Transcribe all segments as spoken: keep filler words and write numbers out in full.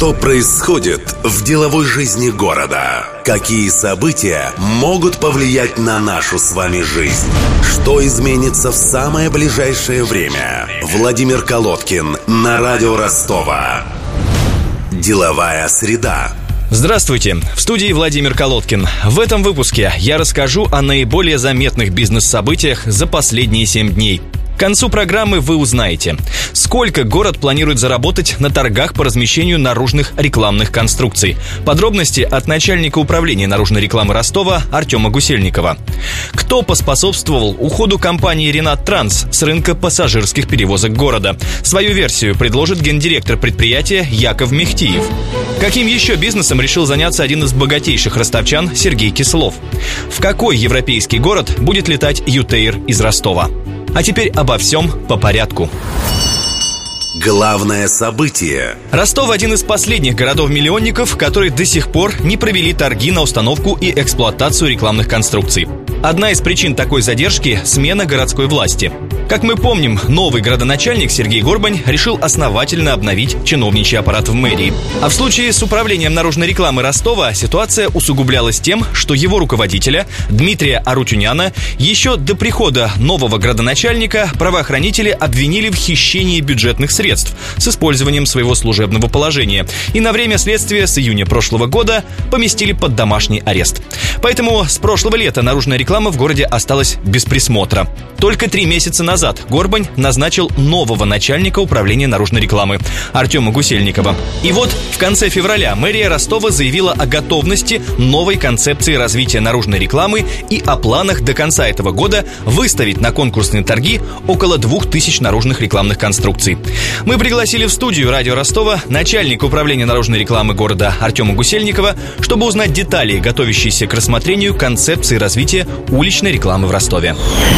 Что происходит в деловой жизни города? Какие события могут повлиять на нашу с вами жизнь? Что изменится в самое ближайшее время? Владимир Колодкин на радио Ростова. Деловая среда. Здравствуйте, в студии Владимир Колодкин. В этом выпуске я расскажу о наиболее заметных бизнес-событиях за последние семь дней. К концу программы вы узнаете, сколько город планирует заработать на торгах по размещению наружных рекламных конструкций. Подробности от начальника управления наружной рекламы Ростова Артема Гусельникова. Кто поспособствовал уходу компании «Ренат Транс» с рынка пассажирских перевозок города? Свою версию предложит гендиректор предприятия Яков Мехтиев. Каким еще бизнесом решил заняться один из богатейших ростовчан Сергей Кислов? В какой европейский город будет летать ютейр из Ростова? А теперь обо всем по порядку. Главное событие. Ростов – один из последних городов-миллионников, которые до сих пор не провели торги на установку и эксплуатацию рекламных конструкций. Одна из причин такой задержки – смена городской власти. Как мы помним, новый градоначальник Сергей Горбань решил основательно обновить чиновничий аппарат в мэрии. А в случае с управлением наружной рекламы Ростова ситуация усугублялась тем, что его руководителя, Дмитрия Арутюняна, еще до прихода нового градоначальника правоохранители обвинили в хищении бюджетных средств с использованием своего служебного положения и на время следствия с июня прошлого года поместили под домашний арест. Поэтому с прошлого лета наружная реклама в городе осталась без присмотра. Только три месяца назад Горбань назначил нового начальника управления наружной рекламы Артема Гусельникова. И вот в конце февраля мэрия Ростова заявила о готовности новой концепции развития наружной рекламы и о планах до конца этого года выставить на конкурсные торги около двух тысяч наружных рекламных конструкций. Мы пригласили в студию радио Ростова начальника управления наружной рекламы города Артема Гусельникова, чтобы узнать детали, готовящиеся к рассмотрению концепции развития уличной рекламы в Ростове.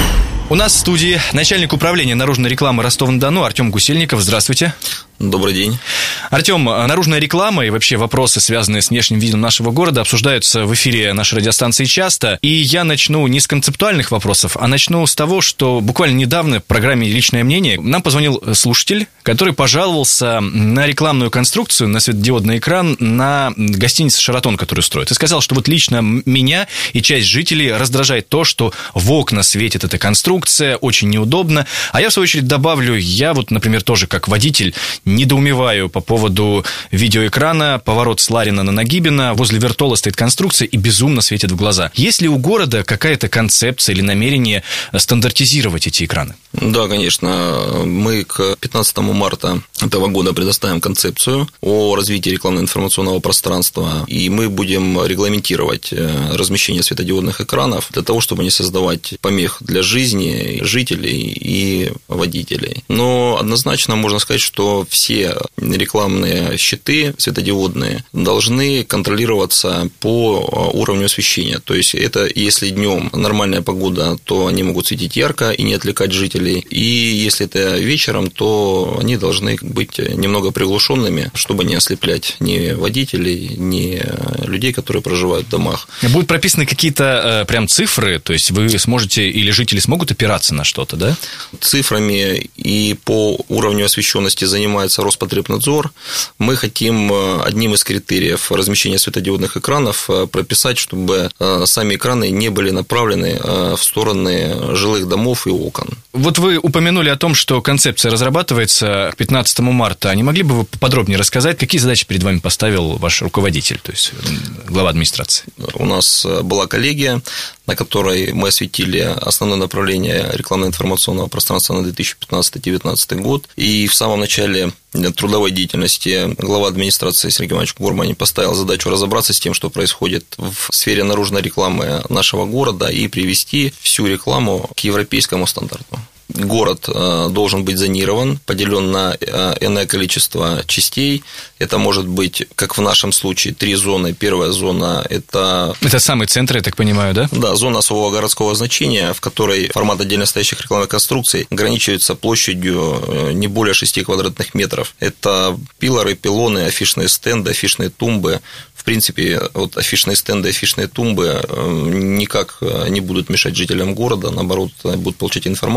У нас в студии начальник управления наружной рекламы Ростова-на-Дону Артем Гусельников. Здравствуйте. Добрый день. Артем, наружная реклама и вообще вопросы, связанные с внешним видом нашего города, обсуждаются в эфире нашей радиостанции часто. И я начну не с концептуальных вопросов, а начну с того, что буквально недавно в программе «Личное мнение» нам позвонил слушатель, который пожаловался на рекламную конструкцию, на светодиодный экран на гостинице «Шаратон», которую строят. И сказал, что вот лично меня и часть жителей раздражает то, что в окна светит эта конструкция, очень неудобно. А я, в свою очередь, добавлю, я вот, например, тоже как водитель недоумеваю по поводу видеоэкрана, поворот с Ларина на Нагибина, возле вертола стоит конструкция и безумно светит в глаза. Есть ли у города какая-то концепция или намерение стандартизировать эти экраны? Да, конечно. Мы к пятнадцатому марта этого года предоставим концепцию о развитии рекламно-информационного пространства, и мы будем регламентировать размещение светодиодных экранов для того, чтобы не создавать помех для жизни жителей и водителей. Но однозначно можно сказать, что все рекламные щиты светодиодные должны контролироваться по уровню освещения. То есть, это если днем нормальная погода, то они могут светить ярко и не отвлекать жителей. И если это вечером, то они должны быть немного приглушенными, чтобы не ослеплять ни водителей, ни людей, которые проживают в домах. Будут прописаны какие-то э, прям цифры, то есть вы сможете или жители смогут опираться на что-то, да? Цифрами и по уровню освещенности занимается Роспотребнадзор. Мы хотим одним из критериев размещения светодиодных экранов прописать, чтобы сами экраны не были направлены в стороны жилых домов и окон. Вот вы упомянули о том, что концепция разрабатывается к пятнадцатому марта. Не могли бы вы подробнее рассказать, какие задачи перед вами поставил ваш руководитель, то есть глава администрации? У нас была коллегия, на которой мы осветили основное направление рекламно-информационного пространства на две тысячи пятнадцатый — две тысячи девятнадцатый год. И в самом начале трудовой деятельности глава администрации Сергей Иванович Горбань поставил задачу разобраться с тем, что происходит в сфере наружной рекламы нашего города, и привести всю рекламу к европейскому стандарту. Город должен быть зонирован, поделен на энное количество частей. Это может быть, как в нашем случае, три зоны. Первая зона – это… Это самый центр, я так понимаю, да? Да, зона особого городского значения, в которой формат отдельно стоящих рекламных конструкций ограничивается площадью не более шести квадратных метров. Это пилоры, пилоны, афишные стенды, афишные тумбы. В принципе, вот афишные стенды, афишные тумбы никак не будут мешать жителям города, наоборот, будут получать информацию о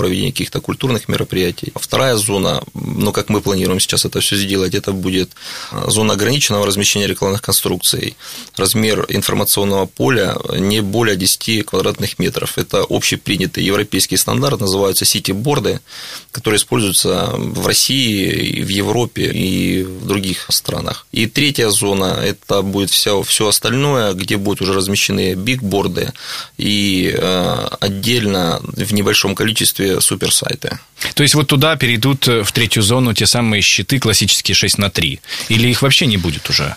проведения каких-то культурных мероприятий. Вторая зона, ну, как мы планируем сейчас это все сделать, это будет зона ограниченного размещения рекламных конструкций. Размер информационного поля не более десяти квадратных метров. Это общепринятый европейский стандарт, называются сити-борды, которые используются в России, в Европе и в других странах. И третья зона – это будет все, все остальное, где будут уже размещены бигборды и отдельно в небольшом количестве суперсайты. То есть вот туда перейдут в третью зону те самые щиты классические шесть на три? Или их вообще не будет уже?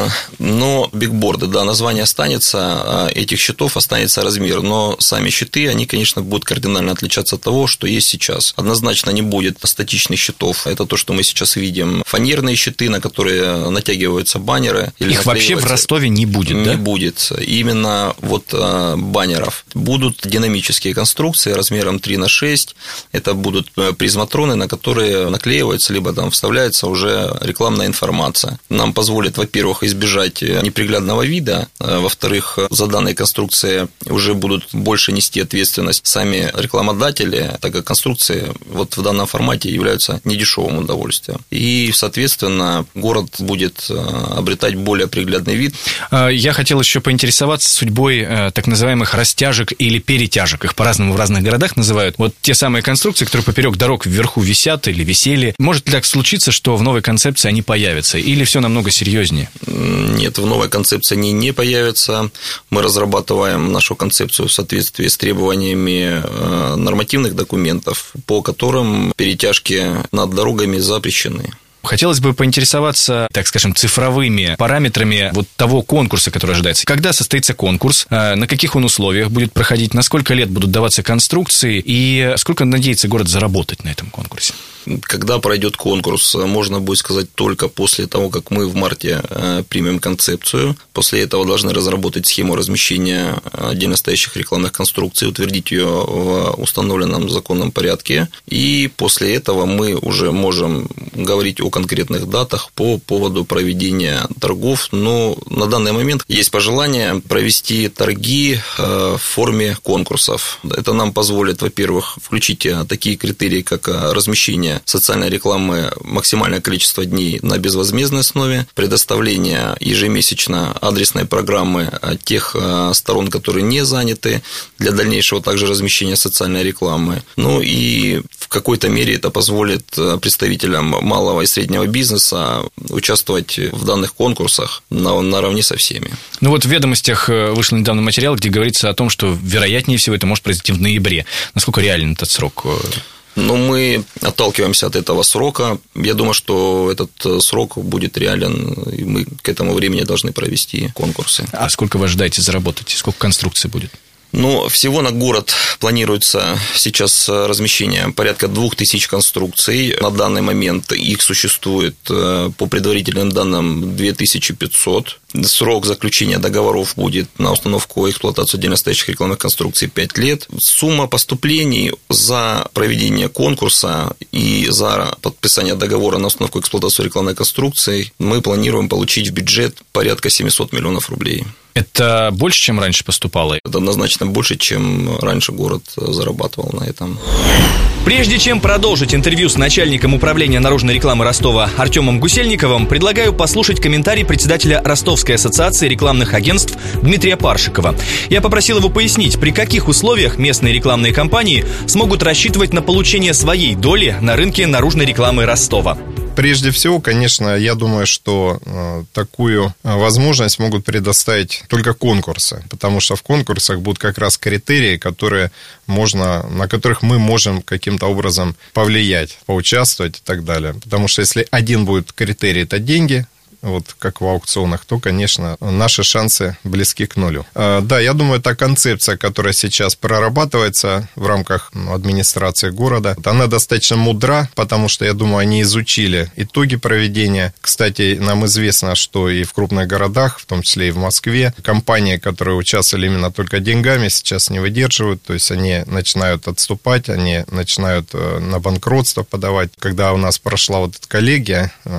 Но бигборды, да, название останется, этих щитов останется размер, но сами щиты, они, конечно, будут кардинально отличаться от того, что есть сейчас. Однозначно не будет статичных щитов, это то, что мы сейчас видим. Фанерные щиты, на которые натягиваются баннеры. Или их вообще в Ростове не будет, не да? Не будет. Именно вот баннеров. Будут динамические конструкции размером три на шесть, это будут призматроны, на которые наклеивается, либо там вставляется уже рекламная информация. Нам позволит, во-первых, избежать неприглядного вида, во-вторых, за данной конструкцией уже будут больше нести ответственность сами рекламодатели, так как конструкции вот в данном формате являются недешевым удовольствием. И, соответственно, город будет обретать более приглядный вид. Я хотел еще поинтересоваться судьбой так называемых растяжек или перетяжек. Их по-разному в разных городах называют. Вот те самые конструкции, которые поперек дорог вверху висят или висели. Может ли так случиться, что в новой концепции они появятся? Или все намного серьезнее? Нет, в новой концепции они не появятся. Мы разрабатываем нашу концепцию в соответствии с требованиями нормативных документов, по которым перетяжки над дорогами запрещены. Хотелось бы поинтересоваться, так скажем, цифровыми параметрами вот того конкурса, который ожидается. Когда состоится конкурс, на каких он условиях будет проходить, на сколько лет будут даваться конструкции и сколько надеется город заработать на этом конкурсе? Когда пройдет конкурс, можно будет сказать только после того, как мы в марте примем концепцию. После этого должны разработать схему размещения отдельно стоящих рекламных конструкций, утвердить ее в установленном законном порядке. И после этого мы уже можем говорить о конкретных датах по поводу проведения торгов. Но на данный момент есть пожелание провести торги в форме конкурсов. Это нам позволит, во-первых, включить такие критерии, как размещение социальной рекламы максимальное количество дней на безвозмездной основе, предоставление ежемесячно адресной программы тех сторон, которые не заняты, для дальнейшего также размещения социальной рекламы. Ну и в какой-то мере это позволит представителям малого и среднего бизнеса участвовать в данных конкурсах наравне со всеми. Ну вот в «Ведомостях» вышел недавно материал, где говорится о том, что вероятнее всего это может произойти в ноябре. Насколько реален этот срок? Но мы отталкиваемся от этого срока. Я думаю, что этот срок будет реален, и мы к этому времени должны провести конкурсы. А сколько вы ожидаете заработать? Сколько конструкций будет? Ну, всего на город планируется сейчас размещение порядка двух тысяч конструкций. На данный момент их существует, по предварительным данным, две тысячи пятьсот. Срок заключения договоров будет на установку и эксплуатацию отдельно стоящих рекламных конструкций пять лет. Сумма поступлений за проведение конкурса и за подписание договора на установку и эксплуатацию рекламной конструкции мы планируем получить в бюджет порядка семьсот миллионов рублей. Это больше, чем раньше поступало? Это однозначно больше, чем раньше город зарабатывал на этом. Прежде чем продолжить интервью с начальником управления наружной рекламы Ростова Артемом Гусельниковым, предлагаю послушать комментарий председателя Ростовской ассоциации рекламных агентств Дмитрия Паршикова. Я попросил его пояснить, при каких условиях местные рекламные компании смогут рассчитывать на получение своей доли на рынке наружной рекламы Ростова. Прежде всего, конечно, я думаю, что э, такую возможность могут предоставить только конкурсы, потому что в конкурсах будут как раз критерии, которые можно, на которых мы можем каким-то образом повлиять, поучаствовать и так далее. Потому что если один будет критерий – это деньги, вот как в аукционах, то, конечно, наши шансы близки к нулю. Да, я думаю, эта концепция, которая сейчас прорабатывается в рамках администрации города, она достаточно мудра, потому что, я думаю, они изучили итоги проведения. Кстати, нам известно, что и в крупных городах, в том числе и в Москве, компании, которые участвовали именно только деньгами, сейчас не выдерживают, то есть они начинают отступать, они начинают на банкротство подавать. Когда у нас прошла вот эта коллегия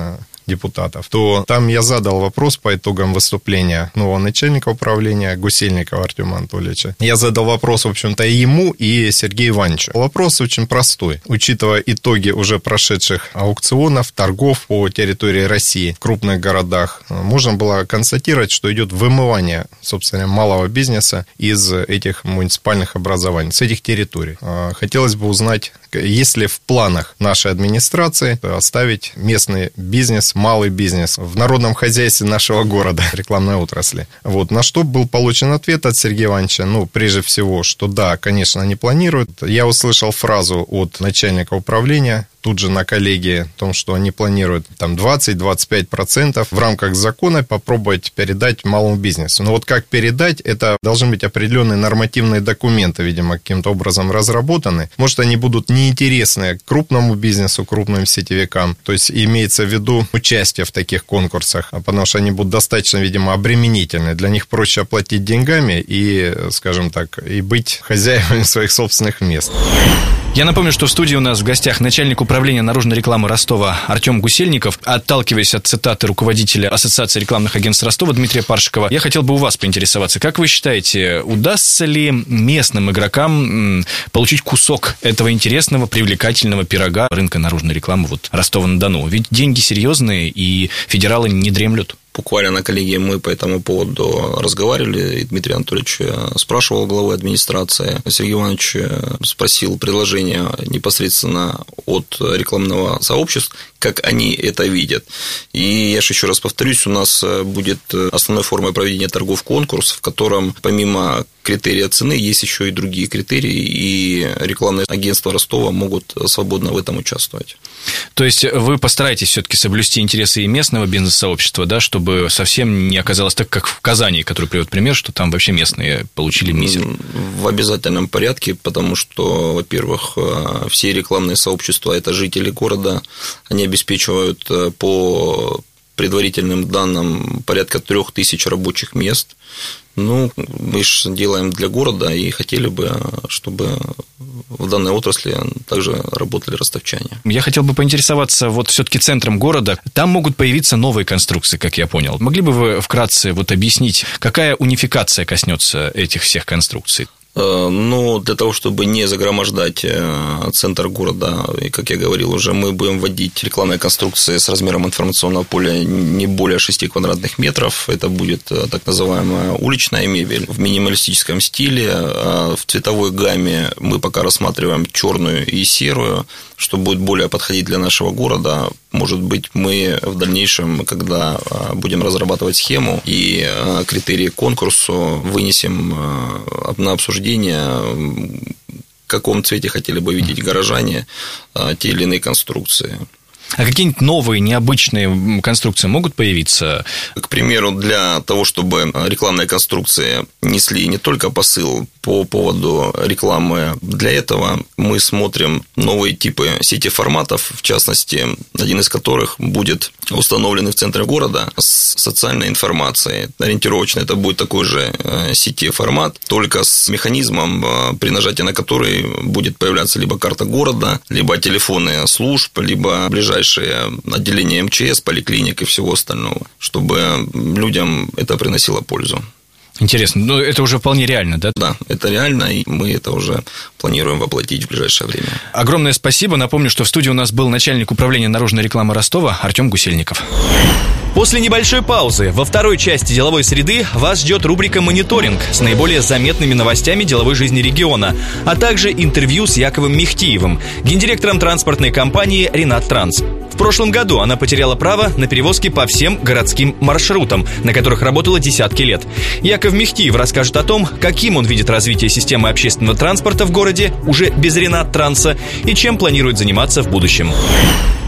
депутатов, то там я задал вопрос по итогам выступления нового начальника управления Гусельникова Артема Анатольевича. Я задал вопрос, в общем-то, и ему, и Сергею Ивановичу. Вопрос очень простой. Учитывая итоги уже прошедших аукционов, торгов по территории России в крупных городах, можно было констатировать, что идет вымывание, собственно, малого бизнеса из этих муниципальных образований, с этих территорий. Хотелось бы узнать, есть ли в планах нашей администрации оставить местный бизнес, малый бизнес в народном хозяйстве нашего города, рекламной отрасли. Вот. На что был получен ответ от Сергея Ивановича, ну, прежде всего, что да, конечно, они планируют. Я услышал фразу от начальника управления тут же на коллегии о том, что они планируют там двадцать-двадцать пять процентов в рамках закона попробовать передать малому бизнесу. Но вот как передать, это должны быть определенные нормативные документы, видимо, каким-то образом разработаны. Может, они будут неинтересны крупному бизнесу, крупным сетевикам. То есть имеется в виду участие в таких конкурсах, потому что они будут достаточно, видимо, обременительны. Для них проще оплатить деньгами и, скажем так, и быть хозяевами своих собственных мест. Я напомню, что в студии у нас в гостях начальник управления наружной рекламы Ростова Артем Гусельников. Отталкиваясь от цитаты руководителя Ассоциации рекламных агентств Ростова Дмитрия Паршикова, я хотел бы у вас поинтересоваться, как вы считаете, удастся ли местным игрокам получить кусок этого интересного, привлекательного пирога рынка наружной рекламы вот Ростова-на-Дону? Ведь деньги серьезные, и федералы не дремлют. Буквально на коллегии мы по этому поводу разговаривали, и Дмитрий Анатольевич спрашивал главы администрации. Сергей Иванович спросил предложение непосредственно от рекламного сообщества, как они это видят. И я же еще раз повторюсь, у нас будет основной формой проведения торгов конкурс, в котором помимо критерия цены есть еще и другие критерии, и рекламные агентства Ростова могут свободно в этом участвовать. То есть вы постараетесь все-таки соблюсти интересы и местного бизнес-сообщества, да, чтобы совсем не оказалось так, как в Казани, который приводит пример, что там вообще местные получили мизер. В обязательном порядке, потому что, во-первых, все рекламные сообщества – это жители города, они обеспечивают по предварительным данным порядка трех тысяч рабочих мест. Ну, мы же делаем для города и хотели бы, чтобы в данной отрасли также работали ростовчане. Я хотел бы поинтересоваться, вот все-таки центром города, там могут появиться новые конструкции, как я понял. Могли бы вы вкратце вот объяснить, какая унификация коснется этих всех конструкций? Но для того, чтобы не загромождать центр города, и, как я говорил уже, мы будем вводить рекламные конструкции с размером информационного поля не более шести квадратных метров. Это будет так называемая уличная мебель в минималистическом стиле. В цветовой гамме мы пока рассматриваем черную и серую, что будет более подходить для нашего города. Может быть, мы в дальнейшем, когда будем разрабатывать схему и критерии к конкурсу, вынесем на обсуждение, в каком цвете хотели бы видеть горожане те или иные конструкции. А какие-нибудь новые, необычные конструкции могут появиться? К примеру, для того, чтобы рекламные конструкции несли не только посыл по поводу рекламы, для этого мы смотрим новые типы сети-форматов, в частности, один из которых будет установленный в центре города с социальной информацией. Ориентировочно это будет такой же сети-формат, только с механизмом, при нажатии на который будет появляться либо карта города, либо телефоны служб, либо ближайшие отделения эм че эс, поликлиник и всего остального, чтобы людям это приносило пользу. Интересно, но это уже вполне реально, да? Да, это реально, и мы это уже планируем воплотить в ближайшее время. Огромное спасибо. Напомню, что в студии у нас был начальник управления наружной рекламы Ростова Артем Гусельников. После небольшой паузы во второй части «Деловой среды» вас ждет рубрика «Мониторинг» с наиболее заметными новостями деловой жизни региона, а также интервью с Яковом Михтиевым, гендиректором транспортной компании «Ренат Транс». В прошлом году она потеряла право на перевозки по всем городским маршрутам, на которых работала десятки лет. Яков Михтиев расскажет о том, каким он видит развитие системы общественного транспорта в городе уже без «Ренат Транса» и чем планирует заниматься в будущем.